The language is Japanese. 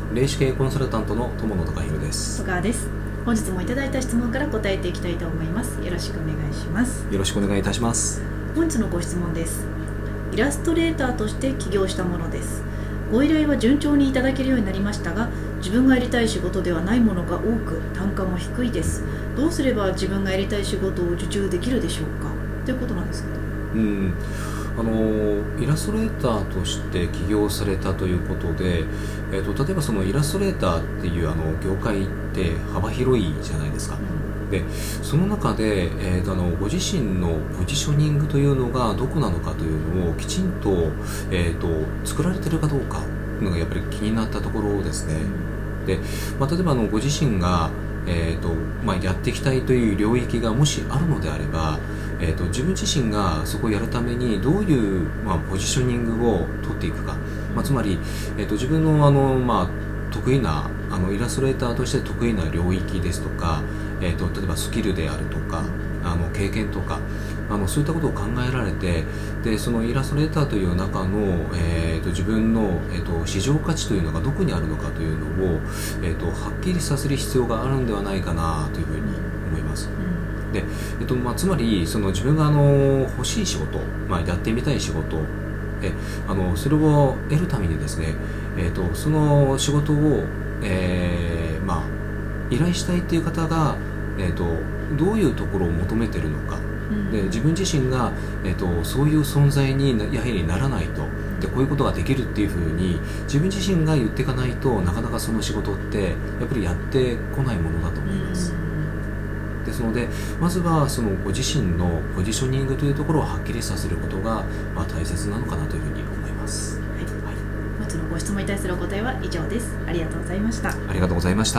霊視系コンサルタントの友野貴弘です。 戸川です。本日もいただいた質問から答えていきたいと思います。よろしくお願いします。 よろしくお願いいたします。 本日のご質問です。イラストレーターとして起業したものです。ご依頼は順調にいただけるようになりましたが、自分がやりたい仕事ではないものが多く、単価も低いです。どうすれば自分がやりたい仕事を受注できるでしょうか、ということなんですけど。 イラストレーターとして起業されたということで、例えばそのイラストレーターっていう業界って幅広いじゃないですか。でその中で、ご自身のポジショニングというのがどこなのかというのをきちんと、作られているかどうかというのがやっぱり気になったところですね。で、例えばご自身が、やっていきたいという領域がもしあるのであれば、自分自身がそこをやるためにどういう、ポジショニングを取っていくか、つまり、自分の、得意なイラストレーターとして得意な領域ですとか、例えばスキルであるとか経験とかそういったことを考えられて、でそのイラストレーターという中の、自分の、市場価値というのがどこにあるのかというのを、はっきりさせる必要があるんではないかなというふうに思います。でつまりその自分が欲しい仕事、やってみたい仕事それを得るためにですね、その仕事を、依頼したいという方が、どういうところを求めているのか、で自分自身が、そういう存在にやはりならないと、でこういうことができるっていうふうに自分自身が言っていかないと、なかなかその仕事ってやっぱりやってこないものだと思います。ですので、まずはそのご自身のポジショニングというところをはっきりさせることが、大切なのかなというふうに思います。 本日のご質問に対するお答えは以上です。ありがとうございました。 ありがとうございました。